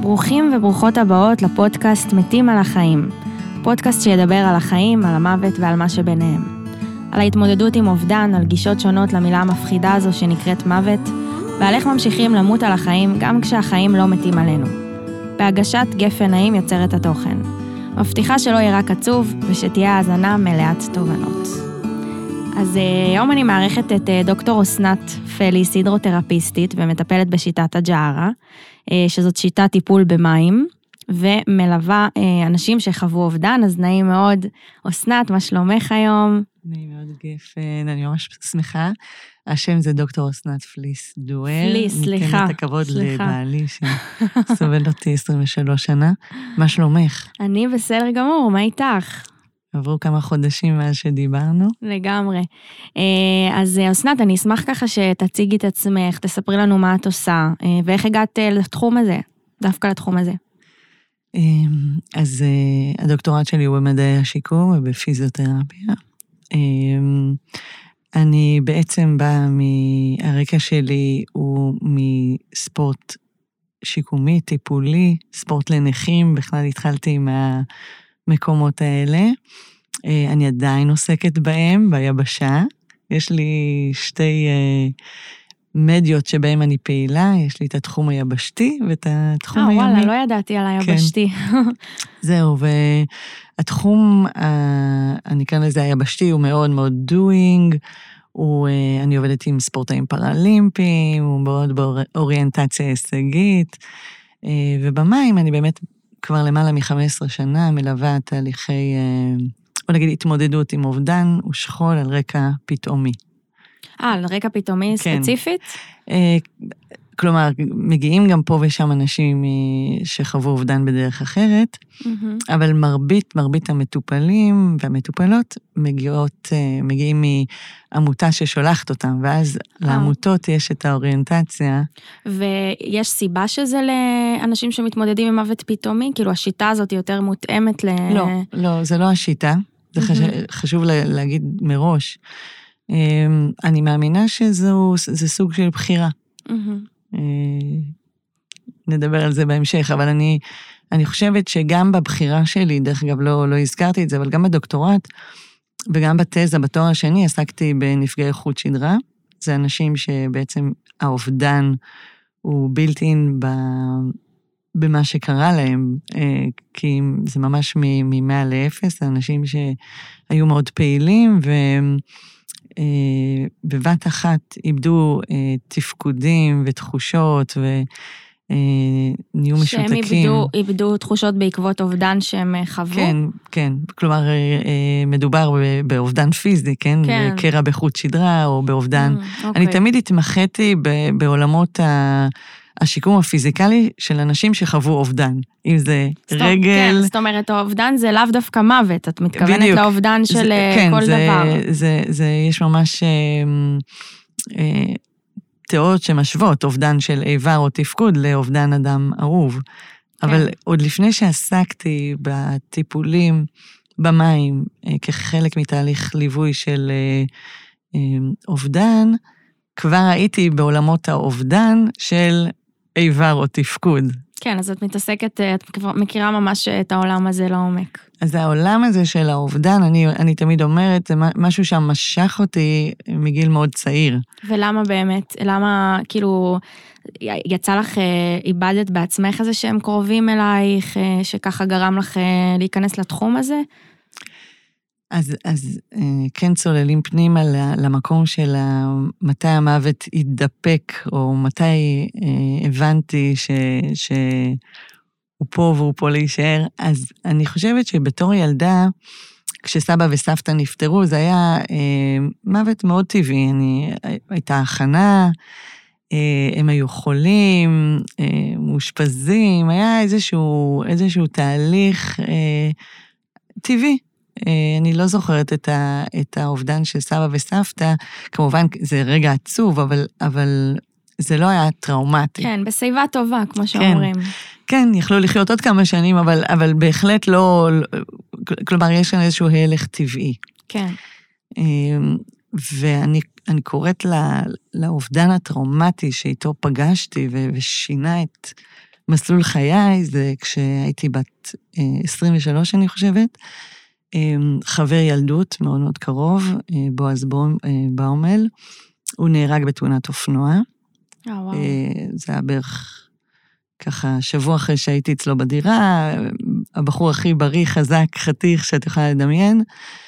ברוכים וברוכות הבאות לפודקאסט מתים על החיים. פודקאסט שידבר על החיים, על המוות ועל מה שביניהם. על ההתמודדות עם אובדן, על גישות שונות למילה המפחידה הזו שנקראת מוות, ועל איך ממשיכים למות על החיים גם כשהחיים לא מתים עלינו. בהגשת גפן נעים יוצרת התוכן. מבטיחה שלא יהיה רק עצוב ושתהיה האזנה מלאת תובנות. אז היום אני מערכת את דוקטור אסנת פליס, הידרותרפיסטית ומטפלת בשיטת הג'ארה, שזאת שיטת טיפול במים, ומלווה אנשים שחוו אובדן, אז נעים מאוד. אסנת, מה שלומך היום? נעים מאוד גפן, אני ממש שמחה. השם זה דוקטור אסנת פליס דואל. פליס, סליחה. ניתן את הכבוד לבעלי שסובל אותי 23 שנה. מה שלומך? אני בסדר גמור, מה איתך? עברו כמה חודשים מאז שדיברנו. לגמרי. אז אסנת, אני אשמח ככה שתציגי את עצמך, תספרי לנו מה את עושה, ואיך הגעת לתחום הזה, דווקא לתחום הזה. אז הדוקטורט שלי הוא במדעי השיקום ובפיזיותרפיה. אני בעצם באה הרקע שלי הוא מספורט שיקומי, טיפולי, ספורט לנכים, בכלל התחלתי עם המקומות האלה. אני עדיין עוסקת בהם, ביבשה. יש לי שתי מדיות שבהם אני פעילה, יש לי את התחום היבשתי ואת התחום הימי. וואלה, לא ידעתי על היבשתי. כן. זהו, והתחום, אני כאן לזה היבשתי, הוא מאוד מאוד doing, אני עובדת עם ספורטאים פראלימפיים, הוא מאוד באוריינטציה הישגית, ובמים אני באמת כבר למעלה מ-15 שנה מלווה תהליכי, בוא נגיד, התמודדות עם אובדן ושכול על רקע פתאומי. על רקע פתאומי ספציפית? כלומר, מגיעים גם פה ושם אנשים שחוו אובדן בדרך אחרת, אבל מרבית המטופלים והמטופלות מגיעים מעמותה ששולחת אותם, ואז לעמותות יש את האוריינטציה. ויש סיבה שזה לאנשים שמתמודדים עם מוות פתאומי? כאילו השיטה הזאת יותר מותאמת לא, זה לא השיטה, זה חשוב להגיד מראש. אני מאמינה שזה סוג של בחירה. נדבר על זה בהמשך, אבל אני חושבת שגם בבחירה שלי, דרך אגב לא הזכרתי את זה, אבל גם בדוקטורט, וגם בתזה, בתואר השני, עסקתי בנפגעי חוט שדרה. זה אנשים שבעצם האובדן הוא built-in במה שקרה להם, כי זה ממש מ-100 ל-0, אנשים שהיו מאוד פעילים, בבת אחת איבדו תפקודים ותחושות ונהיו משותקים. שהם איבדו תחושות בעקבות אובדן שהם חוו? כן. כלומר, מדובר באובדן פיזי, כן? קרע בחוט שדרה או באובדן. אני תמיד התמחיתי בעולמות השיקום הפיזיקלי של אנשים שחוו אובדן. אם זה רגל... כן, זאת אומרת, האובדן זה לאו דווקא מוות, את מתכוונת לאובדן של כל דבר. יש ממש תיאוריות שמשוות, אובדן של איבר או תפקוד לאובדן אדם אהוב. אבל עוד לפני שעסקתי בטיפולים במים, כחלק מתהליך ליווי של אובדן, כבר הייתי בעולמות האובדן של איבר או תפקוד. כן, אז את מתעסקת, את מכירה ממש את העולם הזה לעומק. אז העולם הזה של האובדן, אני תמיד אומרת, זה משהו שמשך אותי מגיל מאוד צעיר. ולמה באמת? למה, כאילו, יצא לך, איבדת בעצמך איזה שהם קרובים אלייך, שככה גרם לך להיכנס לתחום הזה? אז כן צוללים פנימה למקום של מתי המוות יתדפק, או מתי הבנתי שהוא פה והוא פה להישאר. אז אני חושבת שבתור ילדה, כשסבא וסבתא נפטרו, זה היה מוות מאוד טבעי. הייתה הכנה, הם היו חולים, מאושפזים, היה איזשהו תהליך טבעי. אני לא זוכרת את האובדן של סבא וסבתא, כמובן זה רגע עצוב, אבל זה לא היה טראומטי. כן, בשיבה טובה, כמו שאומרים. כן, יכלו לחיות עוד כמה שנים, אבל בהחלט לא, כלומר, יש כאן איזשהו הלך טבעי. כן. ואני קוראת לאובדן הטראומטי שאיתו פגשתי ושינה את מסלול חיי, זה כשהייתי בת 23, אני חושבת, חבר ילדות מאוד מאוד קרוב, בועז באומל, הוא נהרג בתאונת אופנוע. זה היה בערך ככה שבוע אחרי שהייתי אצלו בדירה, הבחור הכי בריא, חזק, חתיך, שאת יכולה לדמיין,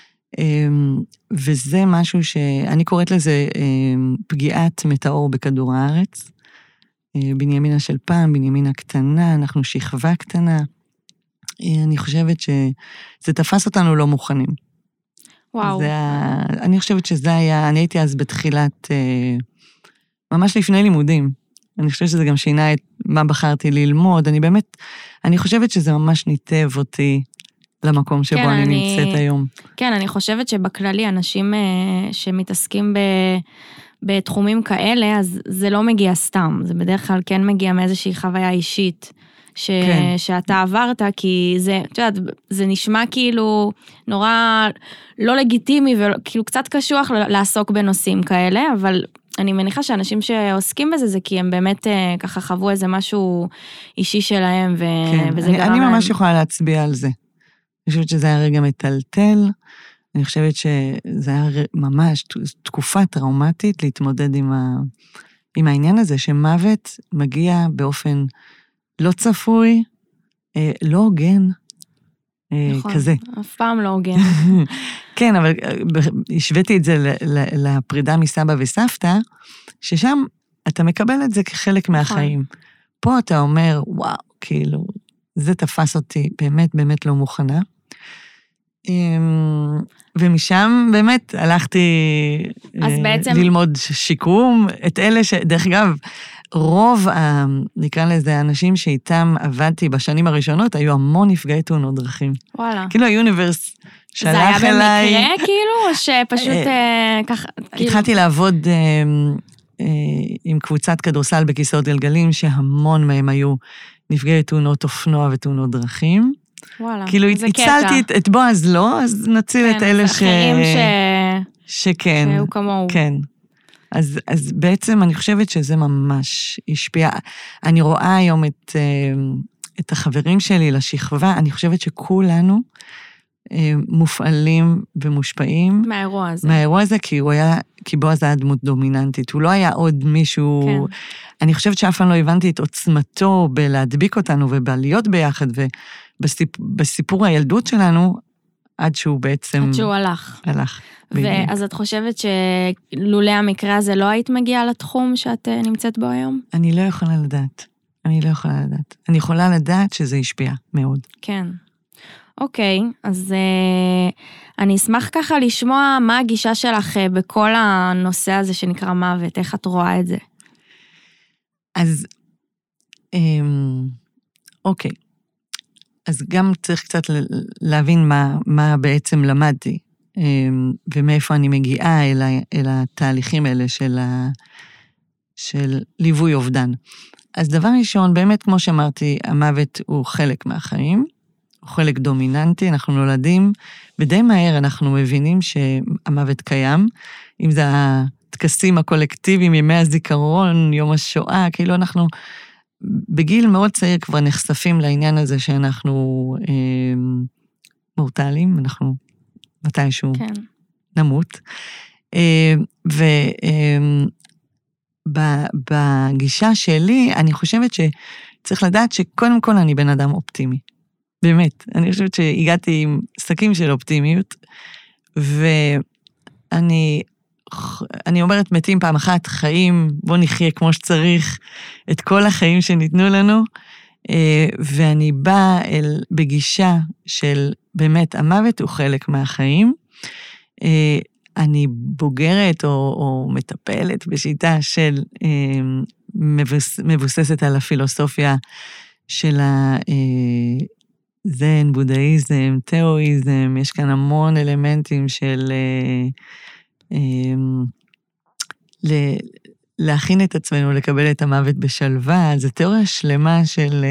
וזה משהו שאני קוראת לזה פגיעת מטאור בכדור הארץ, בנימינה של פעם, בנימינה קטנה, אנחנו שכבה קטנה, אני חושבת שזה תפס אותנו לא מוכנים. וואו. אני חושבת שזה היה, אני הייתי אז בתחילת, ממש לפני לימודים, אני חושבת שזה גם שינה את מה בחרתי ללמוד, אני חושבת שזה ממש ניתב אותי למקום שבו אני נמצאת היום. כן, אני חושבת שבכללי אנשים שמתעסקים בתחומים כאלה, אז זה לא מגיע סתם, זה בדרך כלל כן מגיע מאיזושהי חוויה אישית, שאתה עברת, כי זה, את יודעת, זה נשמע כאילו נורא לא לגיטימי, וכאילו קצת קשוח לעסוק בנושאים כאלה, אבל אני מניחה שאנשים שעוסקים בזה, זה כי הם באמת ככה חוו איזה משהו אישי שלהם, וזה גרם להם. אני ממש יכולה להצביע על זה. אני חושבת שזה היה רגע מטלטל, אני חושבת שזה היה ממש תקופה טראומטית להתמודד עם העניין הזה, שמוות מגיע באופן לא צפוי, לא הוגן, נכון, כזה. אף פעם לא הוגן. כן, אבל השוויתי את זה לפרידה מסבא וסבתא, ששם אתה מקבל את זה כחלק מהחיים. פה אתה אומר, וואו, כאילו, זה תפס אותי באמת באמת לא מוכנה. ומשם באמת הלכתי ללמוד שיקום, את אלה דרך אגב, רוב, נקרא לזה, האנשים שאיתם עבדתי בשנים הראשונות, היו המון נפגעי תאונות דרכים. וואלה. כאילו היוניברס שלח אליי. זה היה במקרה כאילו, או שפשוט ככה? התחלתי לעבוד עם קבוצת כדורסל בכיסאות גלגלים, שהמון מהם היו נפגעי תאונות אופנוע ותאונות דרכים. וואלה, כאילו הצלתי את בועז לא, אז נציל את אלה שכן. שהוא כמוהו. כן. אז בעצם אני חושבת שזה ממש השפיע. אני רואה היום את החברים שלי לשכבה, אני חושבת שכולנו מופעלים ומושפעים. מהאירוע הזה. מהאירוע הזה, כי בועז היה דמות דומיננטית. הוא לא היה עוד מישהו... כן. אני חושבת שאף פעם לא הבנתי את עוצמתו בלהדביק אותנו ובלהיות ביחד, ובסיפור הילדות שלנו, עד שהוא בעצם... עד שהוא הלך. הלך. ואז את חושבת שלולא המקרה הזה לא היית מגיעה לתחום שאת נמצאת בו היום? אני לא יכולה לדעת. אני יכולה לדעת שזה השפיע מאוד. כן. אוקיי, אז אני אשמח ככה לשמוע מה הגישה שלך בכל הנושא הזה שנקרא מוות, איך את רואה את זה? אז, אוקיי. אז גם צריך קצת להבין מה בעצם למדתי. ומאיפה אני מגיעה אל התהליכים האלה של ליווי אובדן. אז דבר ראשון, באמת כמו שאמרתי, המוות הוא חלק מהחיים, הוא חלק דומיננטי, אנחנו נולדים, ודי מהר אנחנו מבינים שהמוות קיים, אם זה הטקסים הקולקטיביים, ימי הזיכרון, יום השואה, כאילו אנחנו בגיל מאוד צעיר כבר נחשפים לעניין הזה שאנחנו מורטלים, אנחנו מתישהו כן. נמות. ובגישה שלי, אני חושבת שצריך לדעת שקודם כל אני בן אדם אופטימי. באמת, אני חושבת שהגעתי עם שקים של אופטימיות, ואני אומרת, מתים פעם אחת, חיים, בוא נחיה כמו שצריך, את כל החיים שניתנו לנו, ואני באה בגישה של באמת, המוות הוא חלק מהחיים. אני בוגרת או מטפלת בשיטה של מבוססת על הפילוסופיה של זן, בודהיזם, תאואיזם, יש כאן המון אלמנטים של להכין את עצמנו, לקבל את המוות בשלווה, זו תיאוריה שלמה של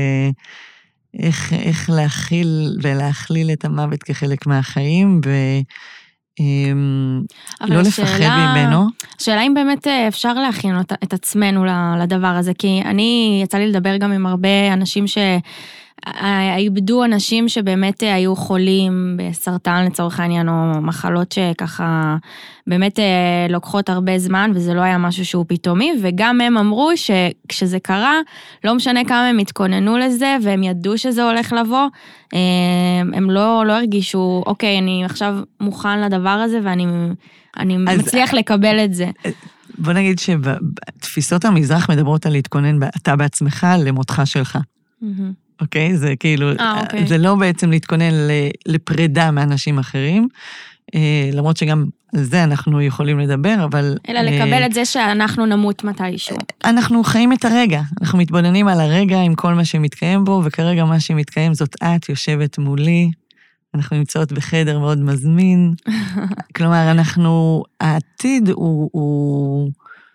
איך להכיל ולהכליל את המוות כחלק מהחיים, לא לפחד ממנו. השאלה אם באמת אפשר להכין את עצמנו לדבר הזה, כי אני יצא לי לדבר גם עם הרבה אנשים איבדו אנשים שבאמת היו חולים בסרטן לצורך העניין, או מחלות שככה באמת לוקחות הרבה זמן, וזה לא היה משהו שהוא פתאומי, וגם הם אמרו שכשזה קרה, לא משנה כמה הם התכוננו לזה, והם ידעו שזה הולך לבוא, הם לא הרגישו, אוקיי, אני עכשיו מוכן לדבר הזה, ואני מצליח לקבל את זה. בוא נגיד שבתפיסות המזרח מדברות על להתכונן אתה בעצמך למותך שלך. אוקיי? זה כאילו, זה לא בעצם להתכונן לפרידה מאנשים אחרים, למרות שגם על זה אנחנו יכולים לדבר, אבל... אלא לקבל את זה שאנחנו נמות מתישהו. אנחנו חיים את הרגע, אנחנו מתבוננים על הרגע עם כל מה שמתקיים בו, וכרגע מה שמתקיים זאת את יושבת מולי, אנחנו נמצאות בחדר מאוד מזמין, כלומר, העתיד הוא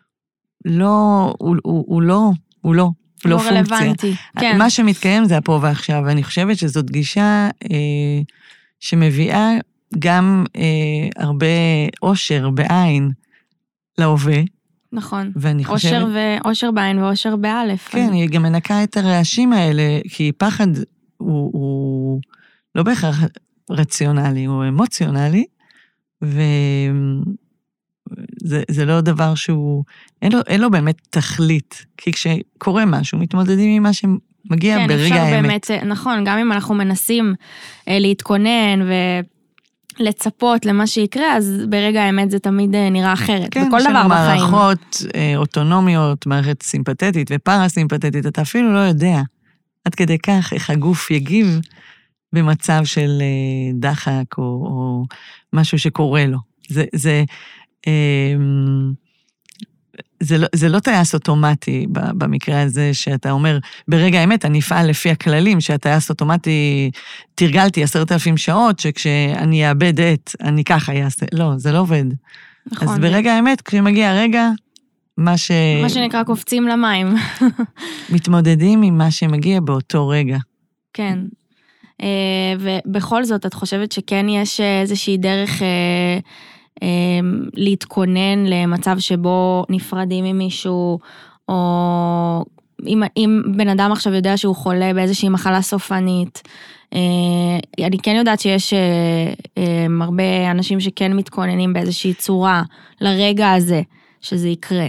לא רלוונטי. כן. מה שמתקיים זה הפה ועכשיו, ואני חושבת שזאת גישה שמביאה גם הרבה אושר בעין להווה. נכון. ואני חושבת... אושר בעין ואושר באלף. כן, היא גם מנקה את הרעשים האלה, כי פחד הוא לא בהכרח רציונלי, הוא אמוציונלי, זה לא דבר שהוא, אין לו באמת תכלית, כי כשקורה משהו, מתמודדים עם מה שמגיע כן, ברגע האמת. באמת, נכון, גם אם אנחנו מנסים להתכונן ולצפות למה שיקרה, אז ברגע האמת זה תמיד נראה אחרת, כן, בכל דבר בחיים. מערכות אוטונומיות, מערכת סימפתטית ופרסימפתטית, אתה אפילו לא יודע, עד כדי כך איך הגוף יגיב במצב של דחק או משהו שקורה לו. זה לא טייס אוטומטי במקרה הזה שאתה אומר, ברגע האמת אני אפעל לפי הכללים, שהטייס אוטומטי תרגלתי 10,000 שעות, שכשאני אאבד אני ככה יעשה. לא, זה לא עובד. נכון. אז ברגע האמת, כשמגיע הרגע, מה שנקרא קופצים למים. מתמודדים עם מה שמגיע באותו רגע. כן. ובכל זאת, את חושבת שכן יש איזושהי דרך להתכונן למצב שבו נפרדים ממישהו, או אם בן אדם עכשיו יודע שהוא חולה באיזושהי מחלה סופנית, אני כן יודעת שיש הרבה אנשים שכן מתכוננים באיזושהי צורה לרגע הזה, שזה יקרה.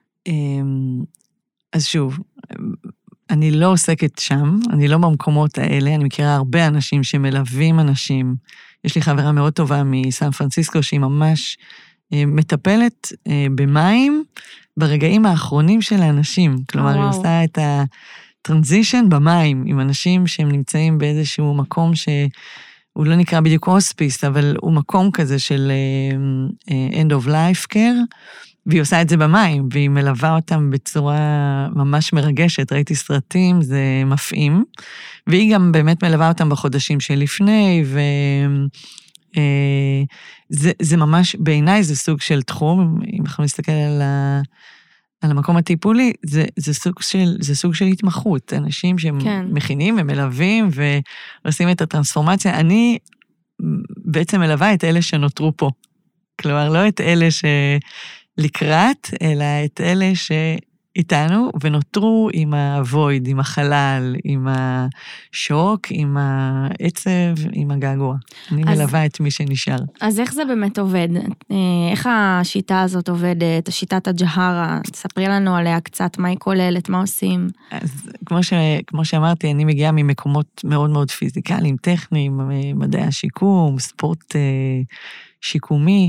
אז שוב, אני לא עוסקת שם, אני לא במקומות האלה, אני מכירה הרבה אנשים שמלווים אנשים. יש לי חברה מאוד טובה מסן פרנסיסקו, שהיא ממש מטפלת במים ברגעים האחרונים של האנשים. כלומר, היא עושה את הטרנזישן במים, עם אנשים שהם נמצאים באיזשהו מקום שהוא לא נקרא בדיוק הוספיס, אבל הוא מקום כזה של end of life care, והיא עושה את זה במים, והיא מלווה אותם בצורה ממש מרגשת, ראיתי סרטים, זה מפעים, והיא גם באמת מלווה אותם בחודשים שלפני, וזה ממש, בעיניי זה סוג של תחום, אם אנחנו נסתכל על המקום הטיפולי, זה סוג של התמחות, אנשים שמכינים ומלווים, ועושים את הטרנספורמציה, אני בעצם מלווה את אלה שנותרו פה, כלומר, לא את אלה לקראת, אלא את אלה שאיתנו, ונותרו עם הוויד, עם החלל, עם השוק, עם העצב, עם הגעגוע. אני מלווה את מי שנשאר. אז איך זה באמת עובד? איך השיטה הזאת עובדת, שיטת הג'הרה? תספרי לנו עליה קצת, מה היא כוללת, מה עושים? אז כמו שאמרתי, אני מגיעה ממקומות מאוד מאוד פיזיקליים, טכניים, מדעי השיקום, ספורט שיקומי,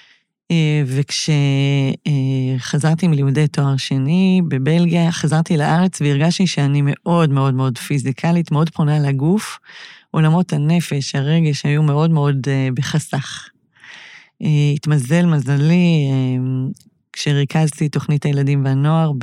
וכשחזרתי מלימודי תואר שני בבלגיה, חזרתי לארץ והרגשתי שאני מאוד מאוד מאוד פיזיקלית, מאוד פונה לגוף, עולמות הנפש, הרגש היו מאוד מאוד בחסך. התמזל מזלי, כשריכזתי תוכנית הילדים והנוער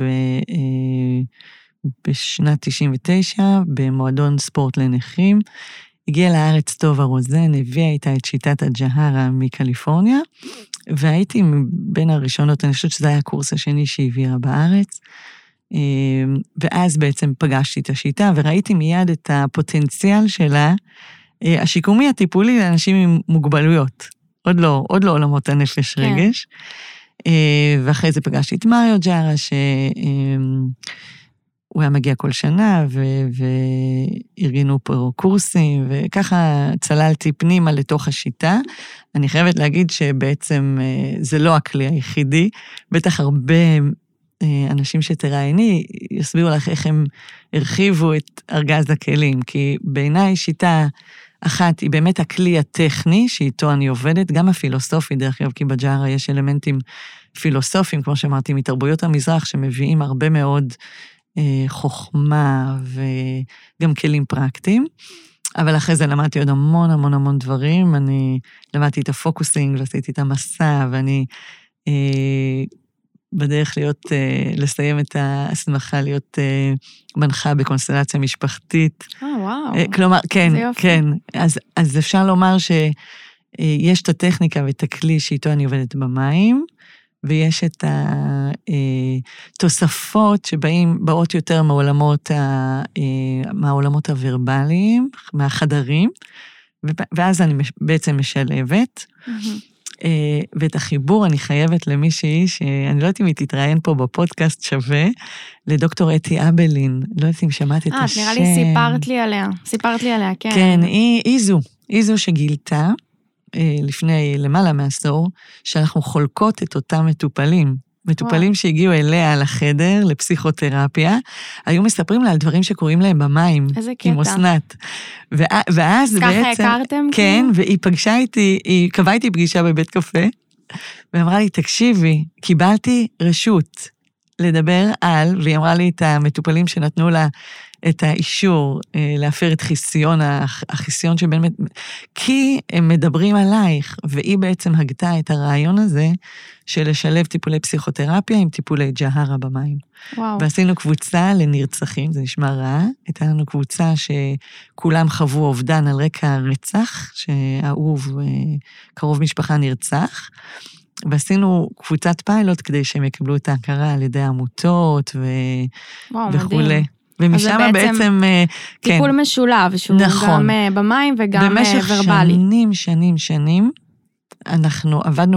בשנת 99, במועדון ספורט לנכים, הגיעה לארץ טובה רוזן, הביאה איתה את שיטת הג'הרה מקליפורניה, והייתי בין הראשונות, אני חושבת שזה היה הקורס השני שהעבירה בארץ, ואז בעצם פגשתי את השיטה, וראיתי מיד את הפוטנציאל שלה, השיקומי הטיפולי לאנשים עם מוגבלויות. עוד לא עולמות הנפש רגש. ואחרי זה פגשתי את מריו ג'ארה, הוא היה מגיע כל שנה, וארגנו פה קורסים, וככה צללתי פנימה לתוך השיטה. אני חייבת להגיד שבעצם זה לא הכלי היחידי, בטח הרבה אנשים שתראייני יסבירו לך איך הם הרחיבו את ארגז הכלים, כי בעיניי שיטה אחת היא באמת הכלי הטכני, שאיתו אני עובדת, גם הפילוסופי, דרך אגב, כי בג'ארה יש אלמנטים פילוסופיים, כמו שאמרתי, מתרבויות המזרח, שמביאים הרבה מאוד חוכמה וגם כלים פרקטיים, אבל אחרי זה למדתי עוד המון דברים, אני למדתי את הפוקוסינג, ועשיתי את המסע, ואני בדרך לסיים את ההסמכה, להיות מנחה בקונסטלציה משפחתית. וואו. כלומר, כן. אז אפשר לומר שיש את הטכניקה ואת הכלי שאיתו אני עובדת במים, ויש את התוספות שבאות יותר מהעולמות הוורבליים, מהחדרים, ואז אני בעצם משלבת. ואת החיבור אני חייבת למישהי, שאני לא יודעת אם היא תתראיין פה בפודקאסט שווה, לדוקטור אתי אבלין, לא יודעת אם שמעת את השם. נראה לי סיפרת לי עליה, כן. כן, היא זו שגילתה, לפני למעלה מעשור, שאנחנו חולקות את אותם מטופלים שהגיעו אליה לחדר, לפסיכותרפיה, היו מספרים לה על דברים שקורים להם במים. איזה קטע. עם אסנת. ואז ככה בעצם... הכרתם? כן, והיא פגשה איתי, היא קבעה איתי פגישה בבית קפה, ואמרה לי, תקשיבי, קיבלתי רשות לדבר על, והיא אמרה לי את המטופלים שנתנו לה את האישור להפר את החיסיון שבין... כי הם מדברים עלייך, והיא בעצם הגתה את הרעיון הזה של לשלב טיפולי פסיכותרפיה עם טיפולי ג'הרה במים. וואו. ועשינו קבוצה לנרצחים, זה נשמע רע, הייתה לנו קבוצה שכולם חוו אובדן על רקע רצח, שהאהוב קרוב משפחה נרצח, ועשינו קבוצת פיילוט כדי שהם יקבלו את ההכרה על ידי עמותות וכו'. ומשם בעצם... טיפול משולב, שהוא גם במים וגם ורבלי. במשך שנים, אנחנו עבדנו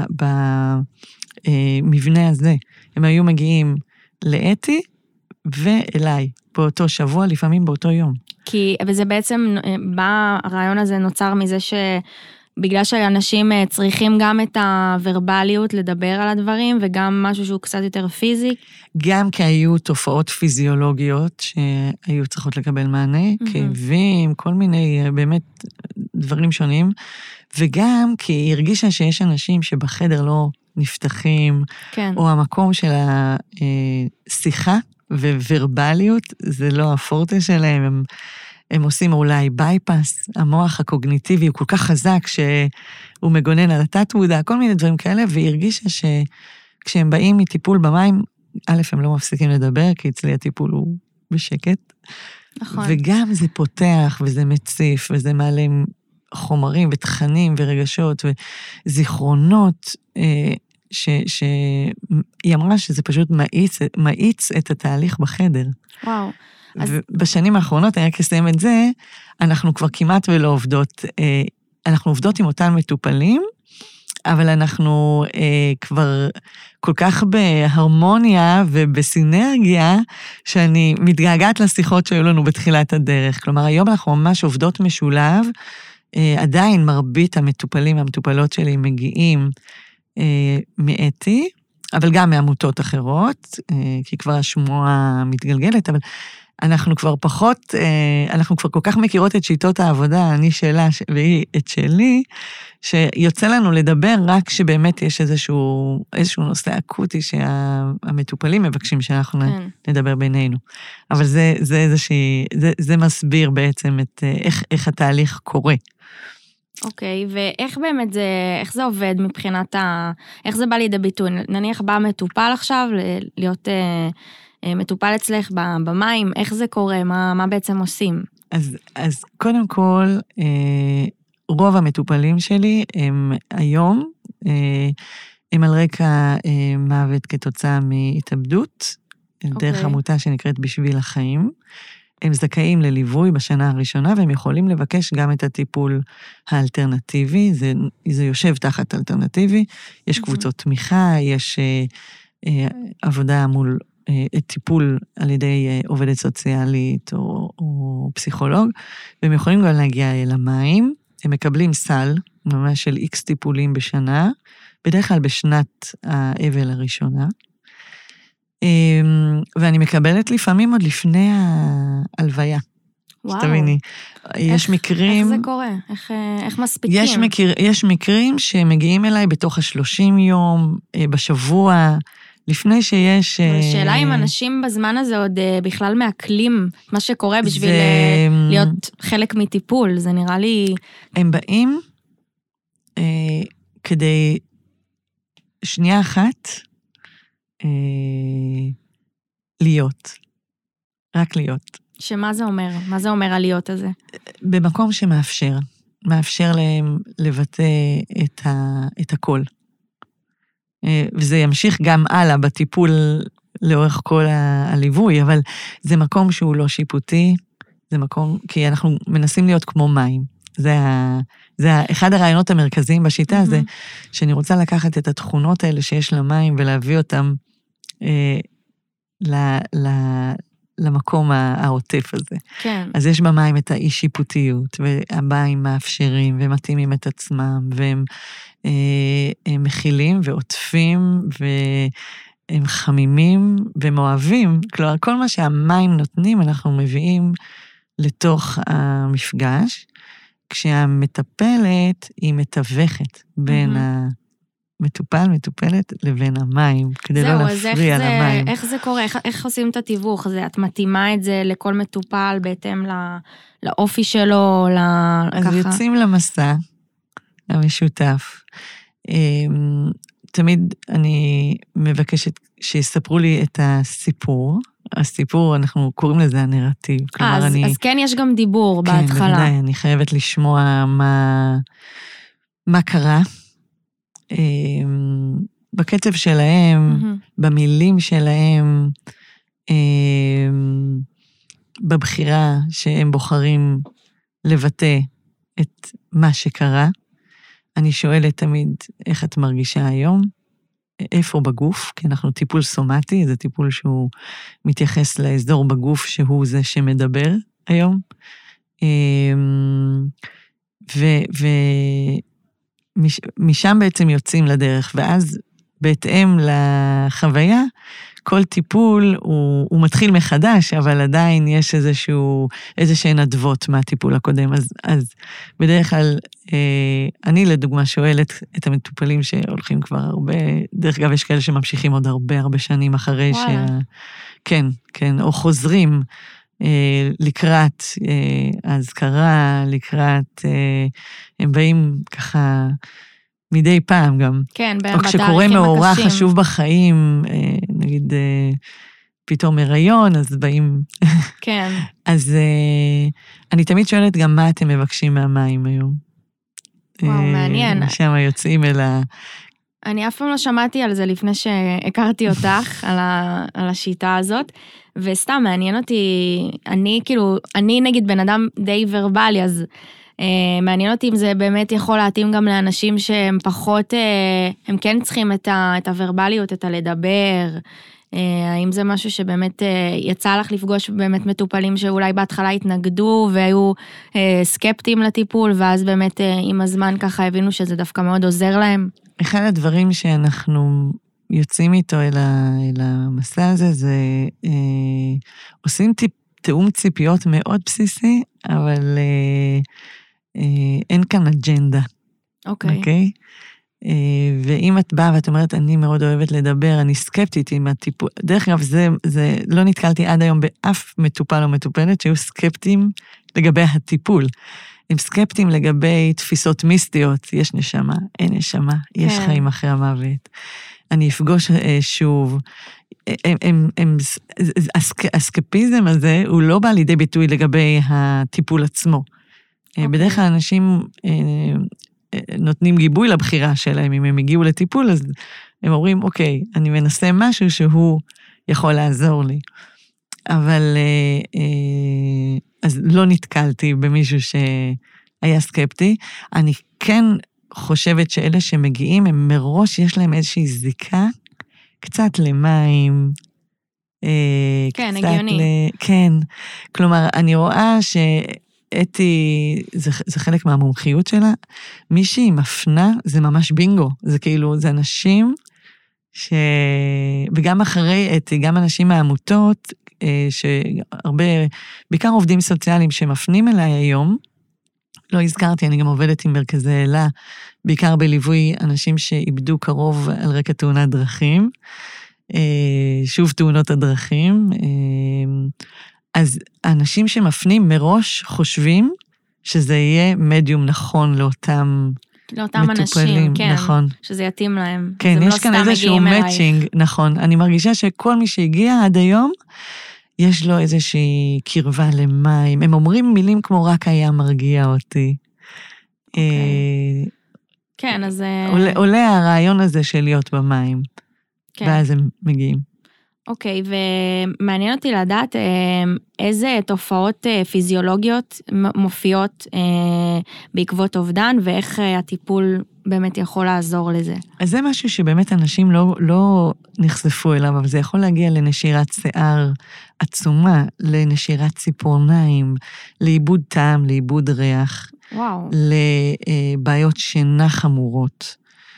במבנה הזה. הם היו מגיעים לאתי ואליי, באותו שבוע, לפעמים באותו יום. וזה בעצם, הרעיון הזה נוצר מזה בגלל שאנשים צריכים גם את הוורבליות לדבר על הדברים, וגם משהו שהוא קצת יותר פיזי. גם כי היו תופעות פיזיולוגיות שהיו צריכות לקבל מענה, כאבים, כל מיני באמת דברים שונים, וגם כי היא הרגישה שיש אנשים שבחדר לא נפתחים, או המקום של השיחה וורבליות, זה לא הפורטה שלהם, הם עושים אולי בייפס, המוח הקוגניטיבי הוא כל כך חזק שהוא מגונן על התת-מודע, כל מיני דברים כאלה, והיא הרגישה שכשהם באים מטיפול במים, א', הם לא מפסיקים לדבר, כי אצלי הטיפול הוא בשקט. נכון. וגם זה פותח וזה מציף, וזה מעלה חומרים ותכנים ורגשות וזיכרונות, שהיא אמרה שזה פשוט מאיץ את התהליך בחדר. וואו. ובשנים האחרונות, אני רק אסיים את זה, אנחנו כבר כמעט ולא עובדות, אנחנו עובדות עם אותם מטופלים, אבל אנחנו כבר כל כך בהרמוניה ובסינרגיה, שאני מתגעגעת לשיחות שהיו לנו בתחילת הדרך. כלומר, היום אנחנו ממש עובדות משולב, עדיין מרבית המטופלים והמטופלות שלי מגיעים מאתי, אבל גם מעמותות אחרות, כי כבר השמועה מתגלגלת, אבל אנחנו כבר פחות, אנחנו כבר כל כך מכירות את שיטות העבודה, אני שלה והיא את שלי, שיוצא לנו לדבר רק שבאמת יש איזשהו נושא אקוטי שהמטופלים מבקשים שאנחנו נדבר בינינו. אבל זה מסביר בעצם איך התהליך קורה. אוקיי, ואיך באמת איך זה עובד מבחינת איך זה בא לידי ביטוי? נניח בא מטופל עכשיו להיות מטופל אצלך במים, איך זה קורה? מה בעצם עושים? אז קודם כל, רוב המטופלים שלי הם היום, הם על רקע מוות כתוצאה מהתאבדות, דרך עמותה שנקראת בשביל החיים. הם זכאים לליווי בשנה הראשונה, והם יכולים לבקש גם את הטיפול האלטרנטיבי, זה יושב תחת אלטרנטיבי, יש קבוצות תמיכה, יש עבודה מול טיפול על ידי עובדת סוציאלית או פסיכולוג, והם יכולים גם להגיע אל המים, הם מקבלים סל, ממש של X טיפולים בשנה, בדרך כלל בשנת האבל הראשונה, ואני מקבלת לפעמים עוד לפני ההלוויה. וואו. שתביני, יש מקרים... איך זה קורה? איך מספיקים? יש מקרים שמגיעים אליי בתוך 30 יום, בשבוע, לפני שיש... שאלה אם אנשים בזמן הזה עוד בכלל מעכלים מה שקורה בשביל להיות חלק מטיפול, זה נראה לי... הם באים כדי שנייה אחת להיות, רק להיות. שמה זה אומר? מה זה אומר הלהיות הזה? במקום מאפשר להם לבטא את הכל. וזה ימשיך גם הלאה בטיפול לאורך כל הליווי, אבל זה מקום שהוא לא שיפוטי, זה מקום, כי אנחנו מנסים להיות כמו מים. זה אחד הרעיונות המרכזיים בשיטה הזה, שאני רוצה לקחת את התכונות האלה שיש למים, ולהביא אותם למקום העוטף הזה. כן. אז יש במים את האי שיפוטיות, והמים מאפשרים ומתאימים את עצמם, והם מכילים ועוטפים, והם חמימים ומואבים. כלומר, כל מה שהמים נותנים, אנחנו מביאים לתוך המפגש, כשהמטפלת היא מתווכת בין המטופל, מטופלת, לבין המים, כדי לא להפריע למים. איך זה קורה? איך עושים את התיווך? את מתאימה את זה לכל מטופל בהתאם לאופי שלו, אז יוצאים למסע המשותף. תמיד אני מבקשת שיספרו לי את הסיפור, אנחנו קוראים לזה הנרטיב. אז כן יש גם דיבור בהתחלה. כן, בוודאי, אני חייבת לשמוע מה קרה, בקצב שלהם, במילים שלהם, בבחירה שהם בוחרים לבטא את מה שקרה. אני שואלת תמיד איך את מרגישה היום, איפה בגוף, כי אנחנו טיפול סומטי, זה טיפול שהוא מתייחס לאזור בגוף שהוא זה שמדבר היום. ומשם בעצם יוצאים לדרך, ואז בהתאם לחוויה, כל טיפול הוא מתחיל מחדש, אבל עדיין יש איזשהן עדבות מהטיפול הקודם. אז בדרך כלל, אני לדוגמה שואלת את המטופלים שהולכים כבר הרבה, דרך אגב יש כאלה שממשיכים עוד הרבה שנים אחרי כן, או חוזרים לקראת ההזכרה, הם באים ככה מדי פעם גם. כן, או כשקורה מאורע חשוב בחיים, נגיד פתאום הריון, אז באים... כן. אז אני תמיד שואלת גם מה אתם מבקשים מהמים היום. וואו, מעניין. שם יוצאים אל אני אף פעם לא שמעתי על זה לפני שהכרתי אותך, על השיטה הזאת, וסתם מעניין אותי, אני נגיד בן אדם די ורבלי, אז מעניין אותי אם זה באמת יכול להתאים גם לאנשים שהם פחות, הם כן צריכים את הוורבליות, את הלדבר, האם זה משהו שבאמת יצא לך לפגוש באמת מטופלים שאולי בהתחלה התנגדו והיו סקפטיים לטיפול, ואז באמת עם הזמן ככה הבינו שזה דווקא מאוד עוזר להם? אחד הדברים שאנחנו יוצאים איתו אל המסע הזה, זה עושים תאום ציפיות מאוד בסיסי, אבל אין כאן אג'נדה. אוקיי. ואם את באה ואת אומרת, אני מאוד אוהבת לדבר, אני סקפטית עם הטיפול, דרך אגב, זה לא נתקלתי עד היום באף מטופל או מטופלת, שהיו סקפטיים לגבי הטיפול. הם סקפטיים לגבי תפיסות מיסטיות, יש נשמה, אין נשמה, יש חיים אחרי המוות. אני אפגוש שוב, הסקפיזם הזה הוא לא בא לידי ביטוי לגבי הטיפול עצמו. בדרך כלל אנשים נותנים גיבוי לבחירה שלהם, אם הם הגיעו לטיפול, אז הם אומרים, אוקיי, אני מנסה משהו שהוא יכול לעזור לי. אבל אז לא נתקלתי במישהו שהיה סקפטי. אני כן חושבת שאלה שמגיעים, הם מראש יש להם איזושהי זיקה, קצת למים, כן, הגיוני. כן, כלומר, אני רואה שאתי, זה חלק מהמומחיות שלה, מישהי מפנה, זה ממש בינגו, זה כאילו, זה אנשים וגם אחרי אתי, גם אנשים מהעמותות, שהרבה, בעיקר עובדים סוציאליים שמפנים אליי היום, לא הזכרתי, אני גם עובדת עם מרכזי אלה, בעיקר בליווי אנשים שאיבדו קרוב על רקע תאונת דרכים, שוב תאונות הדרכים, אז אנשים שמפנים מראש חושבים שזה יהיה מדיום נכון לאותם אנשים, כן, נכון. שזה יתאים להם. כן, יש כאן איזשהו מאצ'ינג, נכון. אני מרגישה שכל מי שהגיע עד היום, יש לו איזושהי קרבה למים. הם אומרים מילים כמו רק היה מרגיע אותי. כן, אז עולה הרעיון הזה של להיות במים. ואז הם מגיעים. אוקיי, ומעניין אותי לדעת איזה תופעות פיזיולוגיות מופיעות בעקבות אובדן, ואיך הטיפול באמת יכול לעזור לזה. אז זה משהו שבאמת אנשים לא נחשפו אליו, אבל זה יכול להגיע לנשירת שיער עצומה, לנשירת ציפורניים, לאיבוד טעם, לאיבוד ריח, וואו. לבעיות שינה חמורות,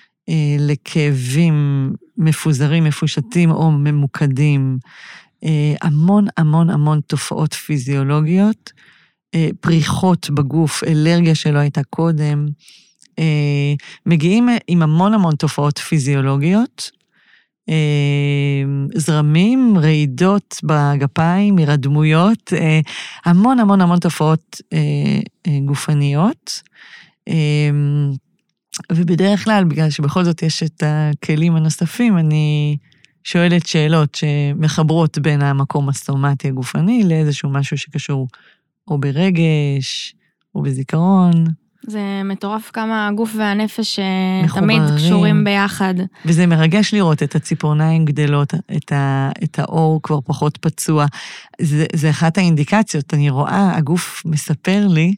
לכאבים מפוזרים, מפושטים או ממוקדים, המון המון המון תופעות פיזיולוגיות, פריחות בגוף, אלרגיה שלא הייתה קודם, מגיעים עם המון המון תופעות פיזיולוגיות, זרמים, רעידות בגפיים, הרדמויות, המון המון המון תופעות גופניות, ובדרך כלל, בגלל שבכל זאת יש את הכלים הנוספים, אני שואלת שאלות שמחברות בין המקום הסומטי הגופני לאיזשהו משהו שקשור או ברגש, או בזיכרון. זה מטורף כמה הגוף והנפש תמיד קשורים ביחד. וזה מרגש לראות את הציפורניים גדלות, את האור כבר פחות פצוע. זה אחת האינדיקציות, אני רואה, הגוף מספר לי,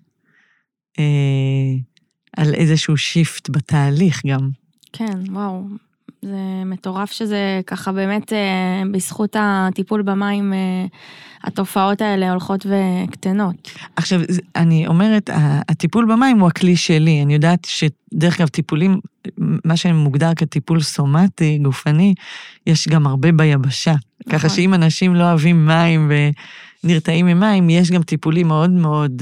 על איזשהו שיפט בתהליך גם. כן, וואו. זה מטורף שזה ככה באמת בזכות הטיפול במים, התופעות האלה הולכות וקטנות. עכשיו, אני אומרת, הטיפול במים הוא הכלי שלי. אני יודעת שדרך אגב טיפולים, מה שמוגדר כטיפול סומטי, גופני, יש גם הרבה ביבשה. נכון. ככה שאם אנשים לא אוהבים מים ונרתעים ממים, יש גם טיפולים מאוד מאוד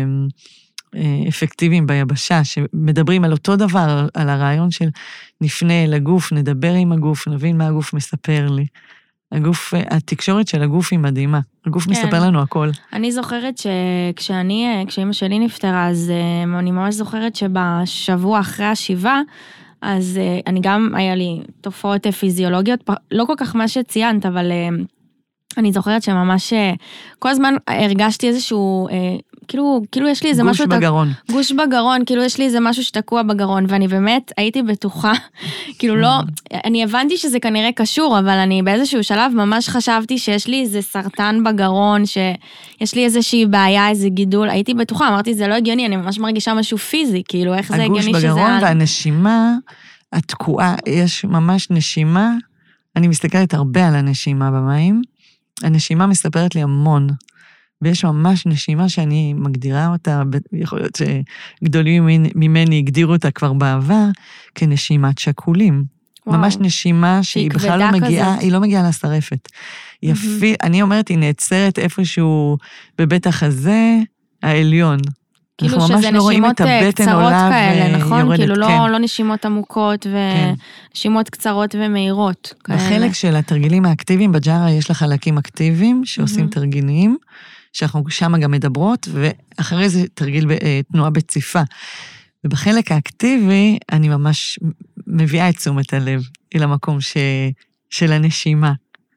אפקטיביים ביבשה, שמדברים על אותו דבר, על הרעיון של נפנה לגוף, נדבר עם הגוף, נבין מה הגוף מספר לי. התקשורת של הגוף היא מדהימה. הגוף מספר לנו הכל. אני זוכרת כשאמא שלי נפטרה, אז אני ממש זוכרת שבשבוע אחרי השבעה, אז אני גם, היה לי תופעות פיזיולוגיות, לא כל כך מה שציינת, אבל אני זוכרת שממש כל הזמן הרגשתי איזשהו, כאילו יש לי איזה משהו... גוש בגרון. גוש בגרון, כאילו יש לי איזה משהו שתקוע בגרון, ואני באמת הייתי בטוחה, כאילו לא, אני הבנתי שזה כנראה קשור, אבל אני באיזשהו שלב ממש חשבתי שיש לי איזה סרטן בגרון, שיש לי איזושהי בעיה, איזה גידול, הייתי בטוחה, אמרתי, זה לא הגיוני, אני ממש מרגישה משהו פיזי, כאילו איך זה הגיוני שזה... הגוש בגרון והנשימה התקועה, יש ממש נשימה, אני מסתכלת הרבה על הנשימה במים, הנשימה מספרת לי המון, ויש ממש נשימה שאני מגדירה אותה, יכול להיות שגדולים ממני הגדירו אותה כבר בעבר, כנשימת שקולים. וואו. ממש נשימה שהיא בכלל לא מגיעה, היא לא מגיעה לשרפת. אני אומרת, היא נעצרת איפשהו בבית החזה העליון. כאילו שזה נשימות קצרות כאלה, נכון? כאילו לא נשימות עמוקות ונשימות קצרות ומהירות. בחלק של התרגילים האקטיביים בג'ארה יש לה חלקים אקטיביים שעושים תרגילים, שאנחנו שם גם מדברות, ואחרי זה תרגיל תנועה בציפה. ובחלק האקטיבי אני ממש מביאה את תשומת הלב אל המקום של הנשימה.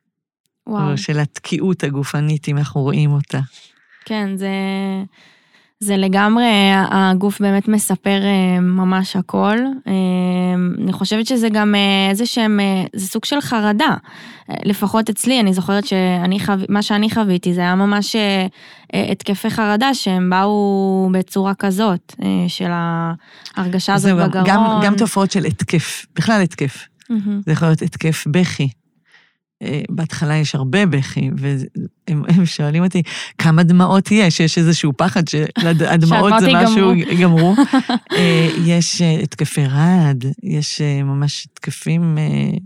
וואו. או של התקיעות הגופנית, אם אנחנו רואים אותה. כן, זה לגמרי, הגוף באמת מספר ממש הכל. אני חושבת שזה גם זה סוג של חרדה. לפחות אצלי, אני זוכרת מה שאני חוויתי, זה היה ממש התקפי חרדה, שהם באו בצורה כזאת, של ההרגשה הזאת בגרון. גם תופעות של התקף, בכלל התקף. זה יכול להיות התקף בכי. בהתחלה יש הרבה בכי, והם שואלים אותי, כמה דמעות יש? יש איזשהו פחד שהדמעות זה משהו יגמרו. יש התקפי רעד, יש ממש התקפים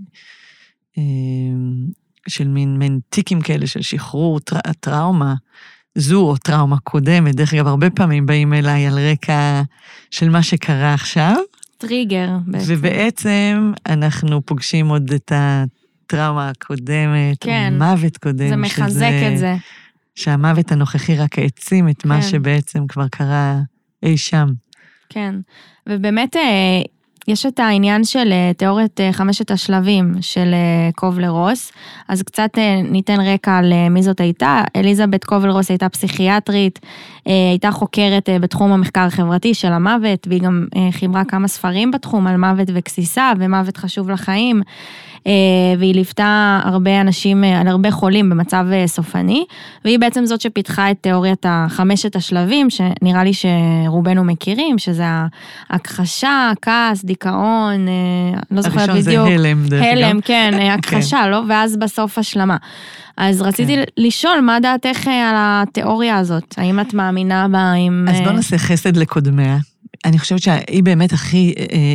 של מין טיקים כאלה של שחרור, טראומה, זו או טראומה קודמת. דרך אגב, הרבה פעמים באים אליי על רקע של מה שקרה עכשיו. טריגר בעצם. ובעצם אנחנו פוגשים עוד את הטראומה הקודמת, כן, או מוות קודם. זה מחזק את זה. שהמוות הנוכחי רק העצים את מה שבעצם כבר קרה אי שם. כן, ובאמת יש את העניין של תיאוריית 5 השלבים של קובלר-רוס, אז קצת ניתן רקע על מי זאת הייתה. אליזבת קובלר-רוס הייתה פסיכיאטרית, הייתה חוקרת בתחום המחקר החברתי של המוות, והיא גם חיברה כמה ספרים בתחום על מוות וקסיסה, ומוות חשוב לחיים, והיא ליוותה הרבה אנשים, על הרבה חולים במצב סופני, והיא בעצם זאת שפיתחה את תיאוריית 5 השלבים, שנראה לי שרובנו מכירים, שזה הכחשה, כעס, דיכאון, לא זוכרת בדיוק. הראשון זה הלם, דרך אגב. הלם, כן, הכחשה, לא? ואז בסוף השלמה. אז רציתי לשאול, מה דעתך על התיאוריה הזאת? האם את מאמינה בה? אז בוא נעשה חסד לקודמיה. אני חושבת שהיא באמת הכי...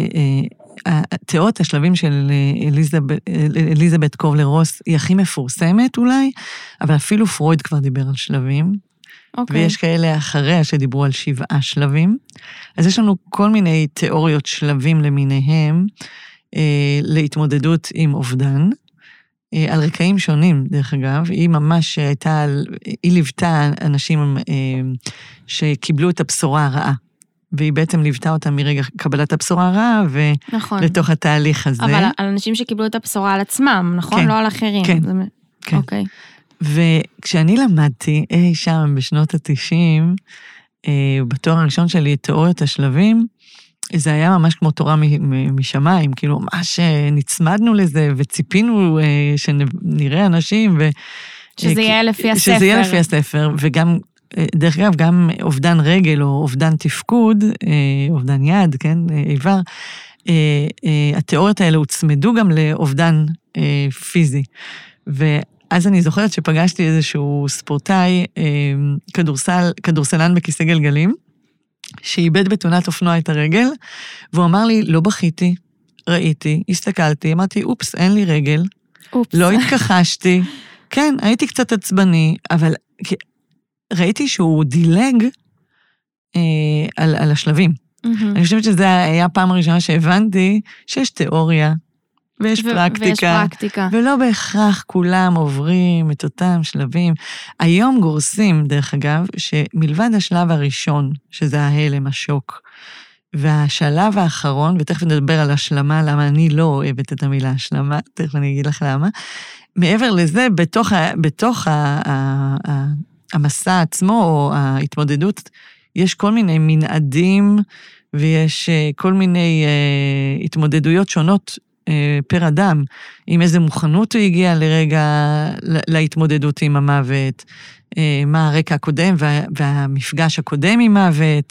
תיאוריית השלבים של אליזבת קובלר-רוס היא הכי מפורסמת אולי, אבל אפילו פרויד כבר דיבר על שלבים, ויש כאלה אחריה שדיברו על 7 שלבים. אז יש לנו כל מיני תיאוריות שלבים למיניהם, להתמודדות עם אובדן, על רקעים שונים, דרך אגב. היא ממש הייתה, היא ליוותה אנשים שקיבלו את הבשורה הרעה. והיא בעצם ליוותה אותה מרגע קבלת הבשורה הרעה, ולתוך התהליך הזה. אבל על אנשים שקיבלו את הבשורה על עצמם, נכון? כן, לא על אחרים. כן, כן. אוקיי. וכשאני למדתי, שם בשנות ה-90, בתואר הראשון שלי, את תיאוריות השלבים, זה היה ממש כמו תורה משמיים, כאילו ממש נצמדנו לזה, וציפינו שנראה אנשים, שזה יהיה לפי הספר. שזה יהיה לפי הספר, וגם... דרך אגב, גם אובדן רגל או אובדן תפקוד, אובדן יד, כן, איבר, התיאוריות האלה הוצמדו גם לאובדן פיזי. ואז אני זוכרת שפגשתי איזשהו ספורטאי, כדורסלן בכיסא גלגלים, שאיבד בתאונת אופנוע את הרגל, והוא אמר לי, לא בכיתי, ראיתי, הסתכלתי, אמרתי, אופס, אין לי רגל, לא התכחשתי, כן, הייתי קצת עצבני, אבל... ראיתי שהוא דילג על השלבים. אני חושבת שזה היה הפעם הראשונה שהבנתי שיש תיאוריה, ויש פרקטיקה, ולא בהכרח כולם עוברים את אותם שלבים. היום גורסים, דרך אגב, שמלבד השלב הראשון, שזה ההלם, השוק, והשלב האחרון, ותכף נדבר על השלמה, למה אני לא אוהבת את המילה השלמה, תכף אני אגיד לך למה, מעבר לזה, בתוך המסע עצמו, או ההתמודדות, יש כל מיני מנעדים, ויש כל מיני התמודדויות שונות פר אדם, עם איזה מוכנות הוא הגיע לרגע להתמודדות עם המוות, מה הרקע הקודם והמפגש הקודם עם מוות,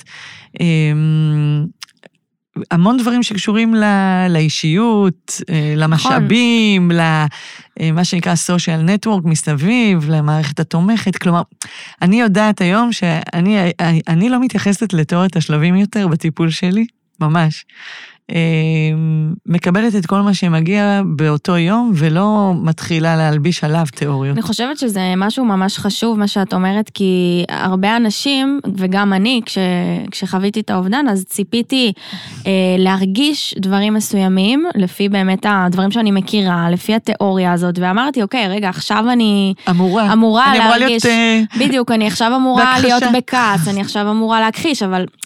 המון דברים שקשורים לאישיות, למשאבים, למה שנקרא social network מסביב, למערכת התומכת. כלומר, אני יודעת היום שאני לא מתייחסת לתיאוריית השלבים יותר בטיפול שלי, ממש. מקבלת את כל מה שמגיע באותו יום, ולא מתחילה להלביש עליו תיאוריות. אני חושבת שזה משהו ממש חשוב, מה שאת אומרת, כי הרבה אנשים, וגם אני, כשחוויתי את האובדן, אז ציפיתי להרגיש דברים מסוימים, לפי באמת הדברים שאני מכירה, לפי התיאוריה הזאת, ואמרתי, אוקיי, רגע, עכשיו אני אמורה להרגיש, בדיוק, אני עכשיו אמורה להיות בכעס, אני עכשיו אמורה להכחיש, אבל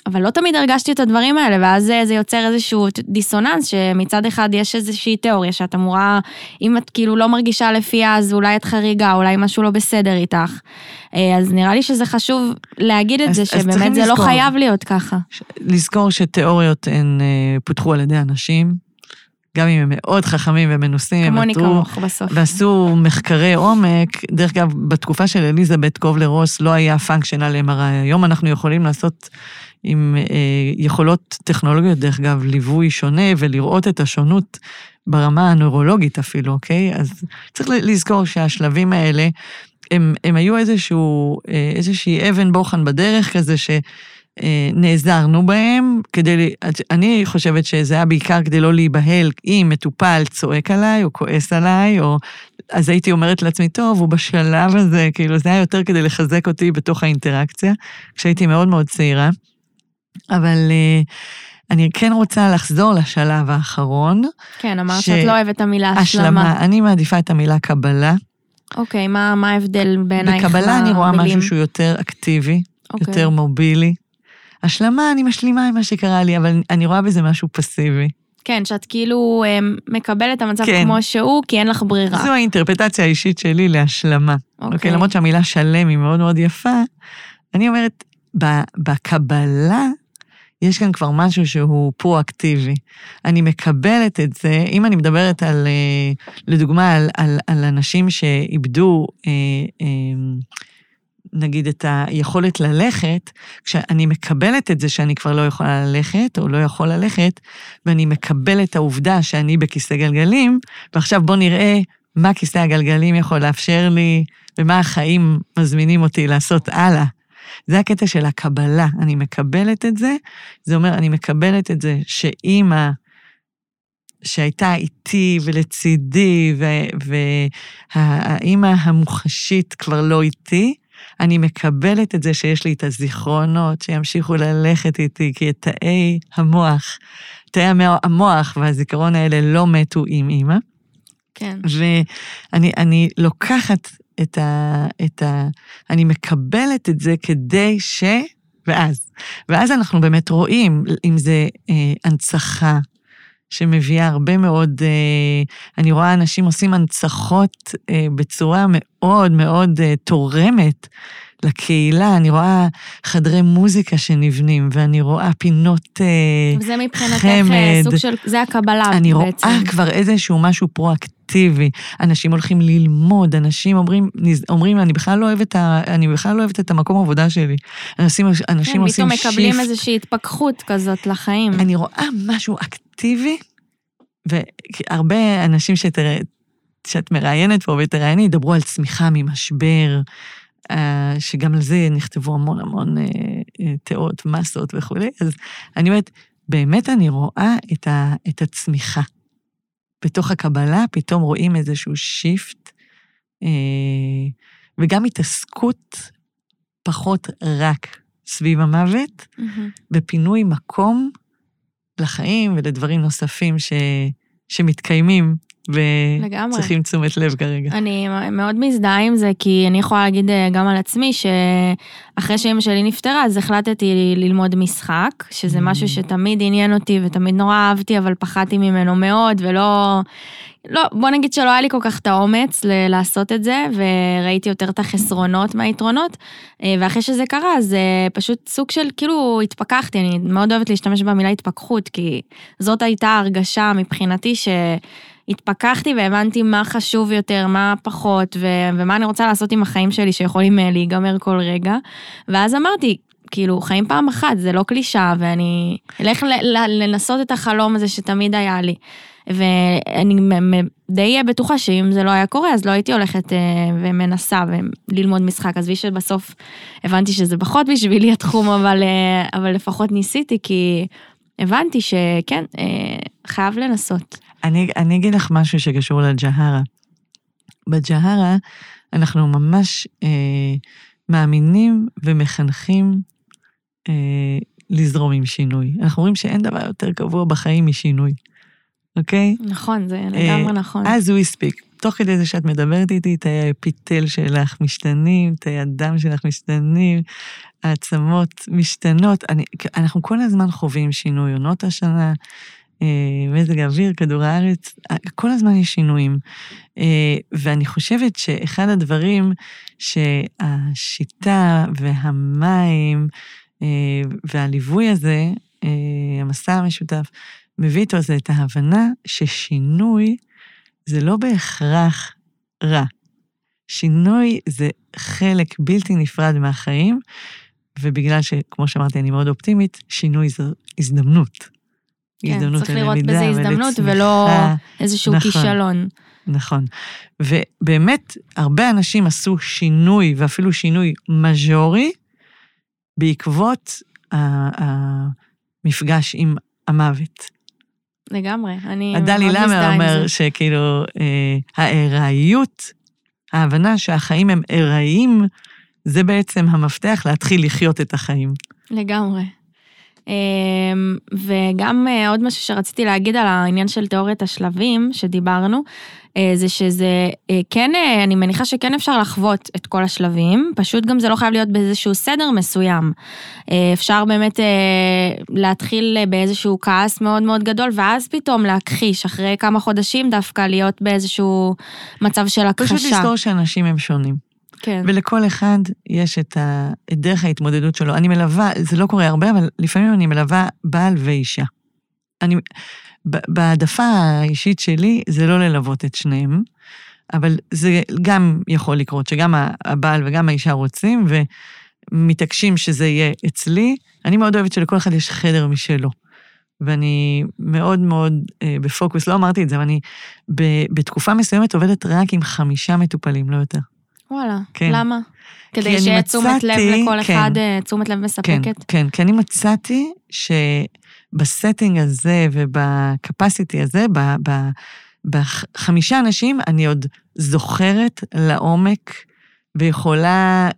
אבל לא תמיד הרגשתי את הדברים האלה, ואז זה יוצר איזשהו דיסוננס, שמצד אחד יש איזושהי תיאוריה, שאת אמורה, אם את כאילו לא מרגישה לפיה, אז אולי את חריגה, אולי משהו לא בסדר איתך. אז נראה לי שזה חשוב להגיד את זה, שבאמת זה לא חייב להיות ככה. לזכור שתיאוריות הן פותחו על ידי אנשים, גם אם הם מאוד חכמים ומנוסים, כמוני כמוך בסוף. ועשו מחקרי עומק. דרך אגב, בתקופה של אליזבת קובלר-רוס לא היה פונקשיונל MRI. היום אנחנו יכולים לעשות עם יכולות טכנולוגיות, דרך אגב, ליווי שונה, ולראות את השונות ברמה הנוירולוגית אפילו, אוקיי? אז צריך לזכור שהשלבים האלה, הם היו איזושהי אבן בוחן בדרך כזה נעזרנו בהם, אני חושבת שזה היה בעיקר כדי לא להיבהל, אם מטופל צועק עליי, או כועס עליי, אז הייתי אומרת לעצמי, טוב, הוא בשלב הזה, כאילו זה היה יותר כדי לחזק אותי בתוך האינטראקציה, כשהייתי מאוד מאוד צעירה, אבל אני כן רוצה לחזור לשלב האחרון. כן, אמרת שאת לא אוהבת את המילה השלמה. אני מעדיפה את המילה קבלה. אוקיי, מה ההבדל בעינייך? בקבלה אני רואה משהו שהוא יותר אקטיבי, יותר מובילי. השלמה, אני משלימה עם מה שקרה לי, אבל אני רואה בזה משהו פסיבי. כן, שאת כאילו מקבלת את המצב כמו שהוא, כי אין לך ברירה. זו האינטרפטציה האישית שלי להשלמה. אוקיי, למרות שהמילה שלם היא מאוד מאוד יפה, אני אומרת, בקבלה, יש כאן כבר משהו שהוא פרואקטיבי. אני מקבלת את זה, אם אני מדברת לדוגמה, על אנשים שאיבדו, נגיד את היכולת ללכת, כשאני מקבלת את זה שאני כבר לא יכולה ללכת, או לא יכול ללכת, ואני מקבלת את העובדה שאני בכיסא גלגלים, ועכשיו בוא נראה מה כיסא הגלגלים יכול לאפשר לי, ומה החיים מזמינים אותי לעשות הלאה. זה הקטע של הקבלה, אני מקבלת את זה, זה אומר, אני מקבלת את זה שאמא, שהייתה איתי ולצידי, והאמא המוחשית כבר לא איתי, אני מקבלת את זה שיש לי את הזיכרונות שימשיכו ללכת איתי, כי את תאי המוח והזיכרון האלה לא מתו עם אמא. כן. ואני לוקחת אני מקבלת את זה כדי ואז אנחנו באמת רואים, אם זה הנצחה, שמביאה הרבה מאוד, אני רואה אנשים עושים הנצחות בצורה מאוד מאוד תורמת לקהילה, אני רואה חדרי מוזיקה שנבנים, ואני רואה פינות חמד. וזה מבחינתך סוג של, זה הקבלה בעצם. אני רואה כבר איזשהו משהו פרואקטיבי, אנשים הולכים ללמוד, אנשים אומרים, אני בכלל לא אוהבת את המקום העבודה שלי. אנשים עושים שיפט. פתאום מקבלים איזושהי התפכחות כזאת לחיים. אני רואה משהו אקטיבי, והרבה אנשים שאת מראיינת פה ותראייני, ידברו על צמיחה ממשבר, שגם על זה נכתבו המון תיאות, מסות וכו'. אז אני אומרת, באמת אני רואה את הצמיחה. בתוך הקבלה פתאום רואים איזשהו שיפט, וגם התעסקות פחות רק סביב המוות, בפינוי מקום לחיים ולדברים נוספים שמתקיימים, וצריכים תשומת לב כרגע. אני מאוד מזדהה עם זה, כי אני יכולה להגיד גם על עצמי, שאחרי שאמא שלי נפטרה, אז החלטתי ללמוד משחק, שזה משהו שתמיד עניין אותי, ותמיד נורא אהבתי, אבל פחדתי ממנו מאוד, בוא נגיד שלא היה לי כל כך את האומץ לעשות את זה, וראיתי יותר את החסרונות מהיתרונות, ואחרי שזה קרה, אז פשוט סוג של, כאילו, התפכחתי, אני מאוד אוהבת להשתמש במילה התפכחות, כי זאת הייתה הרגשה מבחינתי התפכחתי והבנתי מה חשוב יותר, מה פחות, ומה אני רוצה לעשות עם החיים שלי, שיכולים להיגמר כל רגע. ואז אמרתי, כאילו, חיים פעם אחת, זה לא קלישה, ואני אלך לנסות את החלום הזה שתמיד היה לי. ואני די בטוחה שאם זה לא היה קורה, אז לא הייתי הולכת ומנסה וללמוד משחק. אז שבסוף הבנתי שזה פחות בשבילי התחום, אבל לפחות ניסיתי, כי הבנתי שכן, חייב לנסות. אני אגיד לך משהו שקשור לג'הרה. בג'הרה אנחנו ממש מאמינים ומחנכים לזרום עם שינוי. אנחנו אומרים שאין דבר יותר קבוע בחיים משינוי. אוקיי? נכון, זה לגמרי נכון. אז הוא הספיק. תוך כדי זה שאת מדברת איתי, תאי האפיטל שלך משתנים, תאי הדם שלך משתנים, העצמות משתנות. אנחנו כל הזמן חווים שינוי, עונות השנה, מזג האוויר, כדור הארץ, כל הזמן יש שינויים. ואני חושבת שאחד הדברים שהשיטה והמים והליווי הזה, המסע המשותף, מביא איתו זה את ההבנה ששינוי זה לא בהכרח רע. שינוי זה חלק בלתי נפרד מהחיים, ובגלל שכמו שאמרתי, אני מאוד אופטימית, שינוי זו הזדמנות. כן, צריך לראות בזה הזדמנות ולא איזשהו כישלון. נכון. ובאמת, הרבה אנשים עשו שינוי, ואפילו שינוי מז'ורי, בעקבות המפגש עם המוות. לגמרי, אני מאוד הדלי מזדהה עם זה. למה אומר שכאילו, ההיראיות, ההבנה שהחיים הם היראים, זה בעצם המפתח להתחיל לחיות את החיים. לגמרי. וגם עוד משהו שרציתי להגיד על העניין של תיאוריית השלבים שדיברנו, זה שזה כן, אני מניחה שכן אפשר לחוות את כל השלבים, פשוט גם זה לא חייב להיות באיזשהו סדר מסוים. אפשר באמת להתחיל באיזשהו כעס מאוד מאוד גדול, ואז פתאום להכחיש, אחרי כמה חודשים דווקא להיות באיזשהו מצב של הכחשה. פשוט לזכור שאנשים הם שונים. כן. ולכל אחד יש את דרך ההתמודדות שלו. אני מלווה, זה לא קורה הרבה, אבל לפעמים אני מלווה בעל ואישה. בהעדפה האישית שלי, זה לא ללוות את שניהם, אבל זה גם יכול לקרות, שגם הבעל וגם האישה רוצים, ומתעקשים שזה יהיה אצלי. אני מאוד אוהבת שלכל אחד יש חדר משלו. ואני מאוד מאוד בפוקוס, לא אמרתי את זה, אבל אני בתקופה מסוימת עובדת רק עם 5 מטופלים, לא יותר. וואלה, כן. למה? כדי שיהיה תשומת לב לכל אחד, תשומת לב מספקת? כן, כי אני מצאתי שבסטינג הזה ובקפסיטי הזה, ב5 אנשים אני עוד זוכרת לעומק ויכולה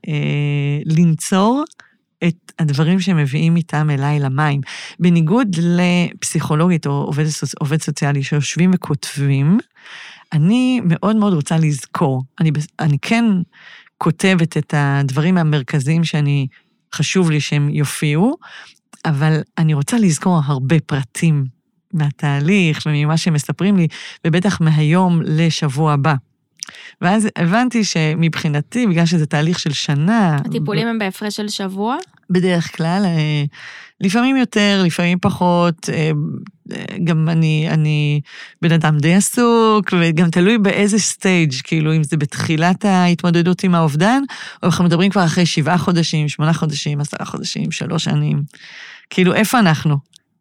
לנצור את הדברים שמביאים איתם אליי למים. בניגוד לפסיכולוגית או עובד סוציאלי שיושבים וכותבים, אני מאוד מאוד רוצה לזכור. אני כן כותבת את הדברים המרכזיים חשוב לי שהם יופיעו, אבל אני רוצה לזכור הרבה פרטים מהתהליך וממה שמספרים לי, ובטח מהיום לשבוע הבא. ואז הבנתי שמבחינתי, בגלל שזה תהליך של שנה... הטיפולים הם בהפרש של שבוע? בדרך כלל, לפעמים יותר, לפעמים פחות, גם אני בן אדם די עסוק, וגם תלוי באיזה סטייג', כאילו אם זה בתחילת ההתמודדות עם האובדן, או אנחנו מדברים כבר אחרי 7 חודשים, 8 חודשים, 10 חודשים, 3 שנים, כאילו איפה אנחנו?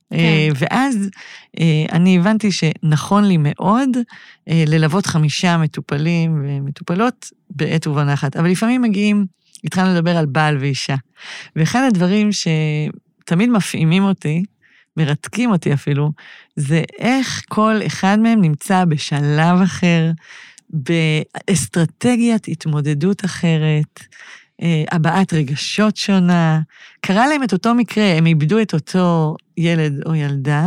ואז אני הבנתי שנכון לי מאוד ללוות 5 מטופלים ומטופלות בעת ובעונה אחת, אבל לפעמים מגיעים, התחלנו לדבר על בעל ואישה, ואחד הדברים שתמיד מפעימים אותי, מרתקים אותי אפילו, זה איך כל אחד מהם נמצא בשלב אחר, באסטרטגיית התמודדות אחרת, הבעת רגשות שונה, קרה להם את אותו מקרה, הם איבדו את אותו ילד או ילדה,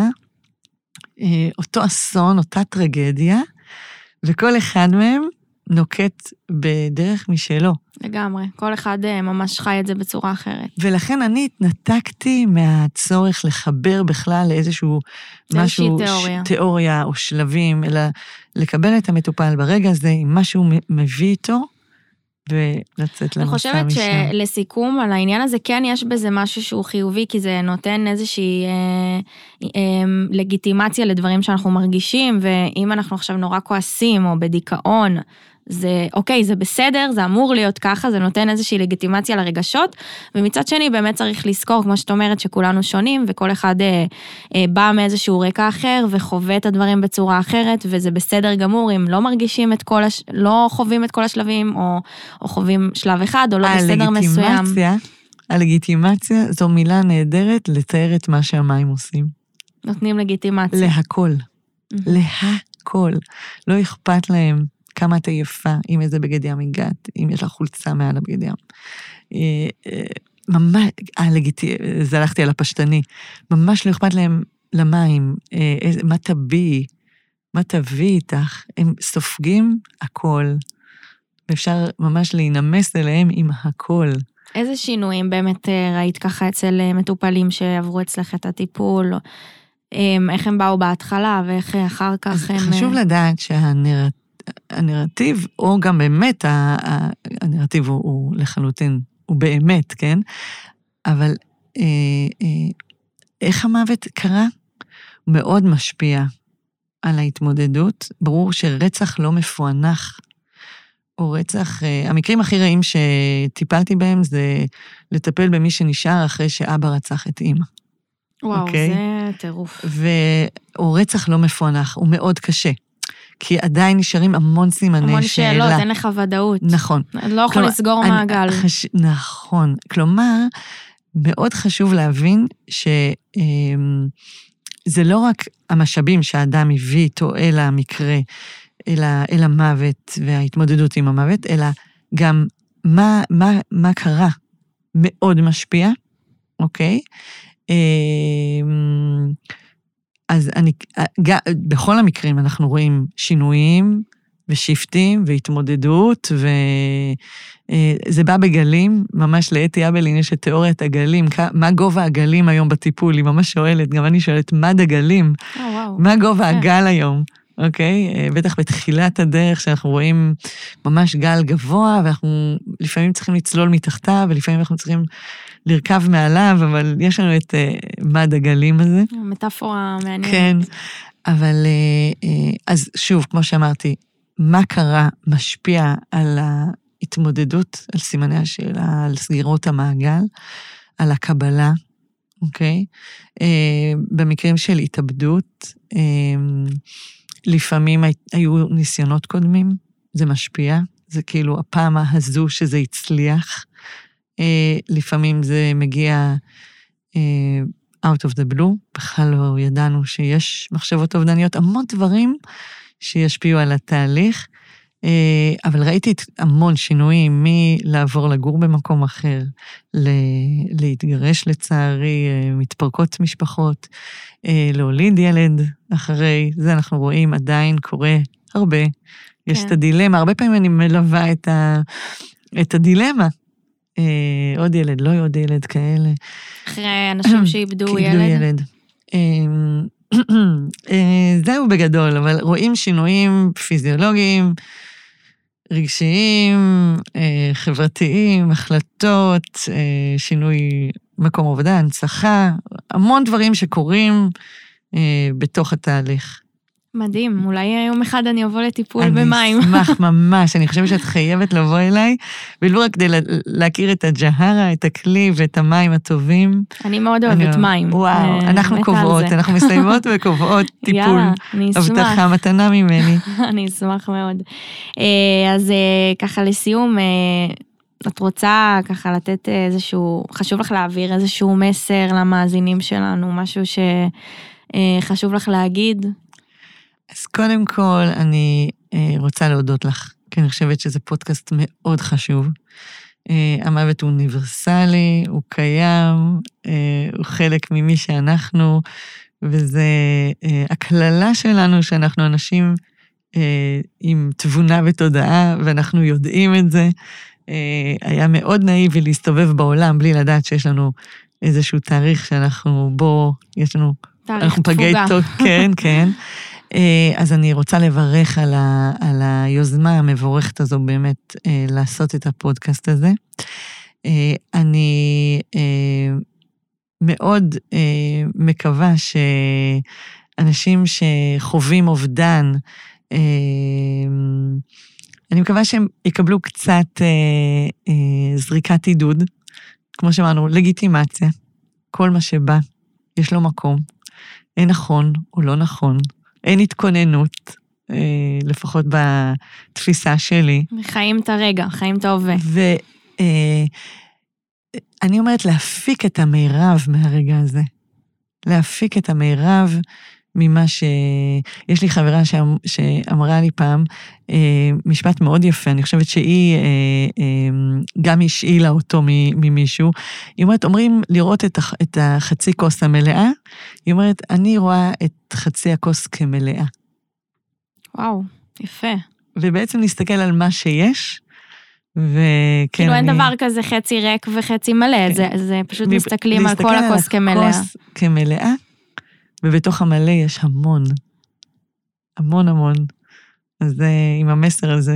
אותו אסון, אותה טרגדיה, וכל אחד מהם נוקט בדרך משלו. לגמרי, כל אחד ממש חי את זה בצורה אחרת. ולכן אני התנתקתי מהצורך לחבר בכלל לאיזשהו משהו, תיאוריה או שלבים, אלא לקבל את המטופל ברגע הזה, עם מה שהוא מביא איתו, ולצאת למסע משם. אני חושבת שלסיכום על העניין הזה, כן יש בזה משהו שהוא חיובי, כי זה נותן איזושהי לגיטימציה לדברים שאנחנו מרגישים, ואם אנחנו עכשיו נורא כועסים או בדיכאון, זה אוקיי, זה בסדר, זה אמור להיות ככה, זה נותן איזושהי לגיטימציה לרגשות, ומצד שני באמת צריך לזכור, כמו שאת אומרת, שכולנו שונים, וכל אחד בא מאיזשהו רקע אחר, וחווה את הדברים בצורה אחרת, וזה בסדר גמור, אם לא מרגישים לא חווים את כל השלבים, או חווים שלב אחד, או לא בסדר מסוים. הלגיטימציה זו מילה נהדרת לתאר את מה שהמים עושים. נותנים לגיטימציה. להכל. להכל. לא אכפת להם. כמה את עייפה, אם איזה בגד ים הגעת, אם יש לך חולצה מעל הבגד ים. ממש, זה הלכתי על הפשטני, ממש לא אכפת להם למים, מה תביעי, מה תביא איתך? הם סופגים הכל, ואפשר ממש להינמס אליהם עם הכל. איזה שינויים באמת ראית ככה אצל מטופלים שעברו אצלך את הטיפול? איך הם באו בהתחלה ואיך אחר כך הם... חשוב לדעת שהנרטיב, או גם באמת, הנרטיב הוא לחלוטין, הוא באמת, כן? אבל איך המוות קרה? מאוד משפיע על ההתמודדות. ברור שרצח לא מפוענח, או רצח, המקרים הכי רעים שטיפלתי בהם זה לטפל במי שנשאר אחרי שאבא רצח את אמא. וואו, זה טירוף. או רצח לא מפוענח, הוא מאוד קשה. כי עדיין נשארים המון סימני שאלה. המון שאלות, אין לך ודאות. נכון. לא יכול לסגור מעגל. נכון. כלומר, מאוד חשוב להבין שזה לא רק המשאבים שהאדם הביא איתו אל המקרה, אל המוות וההתמודדות עם המוות, אלא גם מה קרה מאוד משפיע, אוקיי? אז בכל המקרים אנחנו רואים שינויים ושיפטים והתמודדות, וזה בא בגלים, ממש לאתי אבלין יש את תיאוריית הגלים, מה גובה הגלים היום בטיפול? היא ממש שואלת, גם אני שואלת, מה דגלים? מה גובה הגל היום? אוקיי? בטח בתחילת הדרך שאנחנו רואים ממש גל גבוה, ואנחנו לפעמים צריכים לצלול מתחתיו, ולפעמים אנחנו צריכים לרכב מעליו, אבל יש לנו את מד הגלים הזה. מטאפורה מעניינת. כן, אבל אז שוב, כמו שאמרתי, מה קרה משפיע על ההתמודדות, על סימני השאלה, על סגירות המעגל, על הקבלה, אוקיי? במקרים של התאבדות, לפעמים היו ניסיונות קודמים, זה משפיע, זה כאילו הפעם הזו שזה הצליח, לפעמים זה מגיע out of the blue, בכלל לא ידענו שיש מחשבות אובדניות, המון דברים שישפיעו על התהליך, אבל ראיתי המון שינויים, מלעבור לגור במקום אחר, להתגרש לצערי, מתפרקות משפחות, להוליד ילד אחרי, זה אנחנו רואים עדיין קורה הרבה, יש את הדילמה, הרבה פעמים אני מלווה את הדילמה, עוד ילד, לא עוד ילד כאלה. אחרי אנשים שאיבדו ילד. זהו בגדול, אבל רואים שינויים פיזיולוגיים, רגשיים, חברתיים, החלטות, שינוי מקום עבודה, הנצחה, המון דברים שקורים בתוך התהליך. מדהים, אולי יום אחד אני אבוא לטיפול במים. אני אשמח ממש, אני חושבת שאת חייבת לבוא אליי, ולא רק כדי להכיר את הג'הרה, את הכלי ואת המים הטובים. אני מאוד אוהבת מים. וואו, אנחנו קובעות, אנחנו מסיימות וקובעות טיפול. יאללה, אני אשמח. הבטחה, מתנה ממני. אני אשמח מאוד. אז ככה לסיום, את רוצה ככה לתת איזשהו, חשוב לך להעביר איזשהו מסר למאזינים שלנו, משהו שחשוב לך להגיד? אז קודם כל, אני רוצה להודות לך, כי אני חושבת שזה פודקאסט מאוד חשוב. המוות הוא אוניברסלי, הוא קיים, הוא חלק ממי שאנחנו, וזה הכללה שלנו שאנחנו אנשים עם תבונה ותודעה, ואנחנו יודעים את זה. היה מאוד נאיבי להסתובב בעולם, בלי לדעת שיש לנו איזשהו תאריך שאנחנו בו, יש לנו... תאריך תפוגה. כן, כן. אז אני רוצה לברך על היוזמה המבורכת הזו באמת לעשות את הפודקאסט הזה. אני מאוד מקווה שאנשים שחווים אובדן, אני מקווה שהם יקבלו קצת זריקת עידוד, כמו שאמרנו, לגיטימציה, כל מה שבא, יש לו מקום, אין נכון או לא נכון, אין התכוננות, לפחות בתפיסה שלי. חיים את הרגע, חיים את ההווה. ואני אומרת להפיק את המירב מהרגע הזה. להפיק את המירב ממה יש לי חברה שאמרה לי פעם, משפט מאוד יפה, אני חושבת שהיא גם השאילה אותו ממישהו. היא אומרת, אומרים לראות את החצי כוס המלאה, היא אומרת, אני רואה את חצי הכוס כמלאה. וואו, יפה. ובעצם להסתכל על מה שיש, וכן, כאילו אין דבר כזה חצי ריק וחצי מלא, זה פשוט מסתכלים על כל הכוס כמלאה. להסתכל על הכוס כמלאה, ובתוך המלא יש המון, המון המון. אז זה עם המסר הזה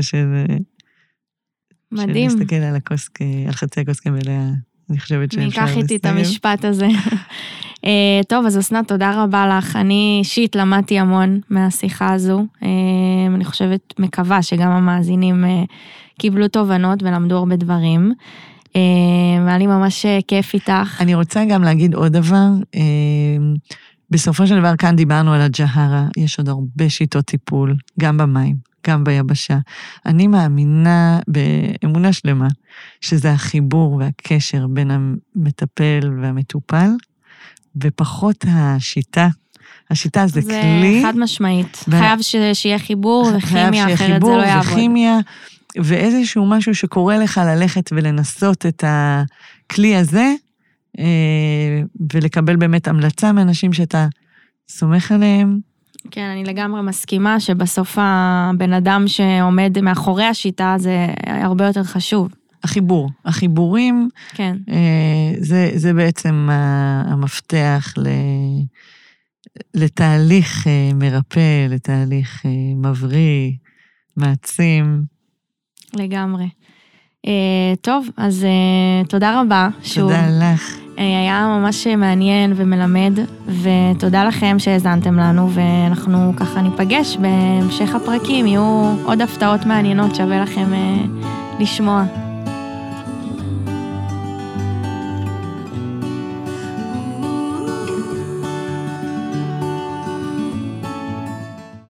מדהים. להסתכל על הכוס, על חצי הכוס כמלאה, אני חושבת שאפשר לסיים. אני אקח איתי את המשפט הזה. טוב, אז אסנת, תודה רבה לך. אני אישית למדתי המון מהשיחה הזו. אני חושבת, מקווה שגם המאזינים קיבלו תובנות ולמדו הרבה דברים. והיה לי ממש כיף איתך. אני רוצה גם להגיד עוד דבר. בסופו של דבר כאן דיברנו על הג'הרה, יש עוד הרבה שיטות טיפול, גם במים, גם ביבשה. אני מאמינה באמונה שלמה, שזה החיבור והקשר בין המטפל והמטופל, ופחות השיטה. השיטה זה כלי. זה חד משמעית. חייב שיהיה חיבור וכימיה, אחרת זה לא יעבוד. חייב שיהיה חיבור וכימיה, ואיזשהו משהו שקורא לך ללכת ולנסות את הכלי הזה, ולקבל באמת המלצה מאנשים שאתה סומך עליהם. כן, אני לגמרי מסכימה שבסוף הבן אדם שעומד מאחורי השיטה זה הרבה יותר חשוב. החיבורים, כן. זה בעצם המפתח לתהליך מרפא, לתהליך מבריא, מעצים. לגמרי. טוב, אז תודה רבה. תודה לך. היה ממש מעניין ומלמד, ותודה לכם שהזנתם לנו, ואנחנו ככה ניפגש בהמשך הפרקים, יהיו עוד הפתעות מעניינות, שווה לכם לשמוע.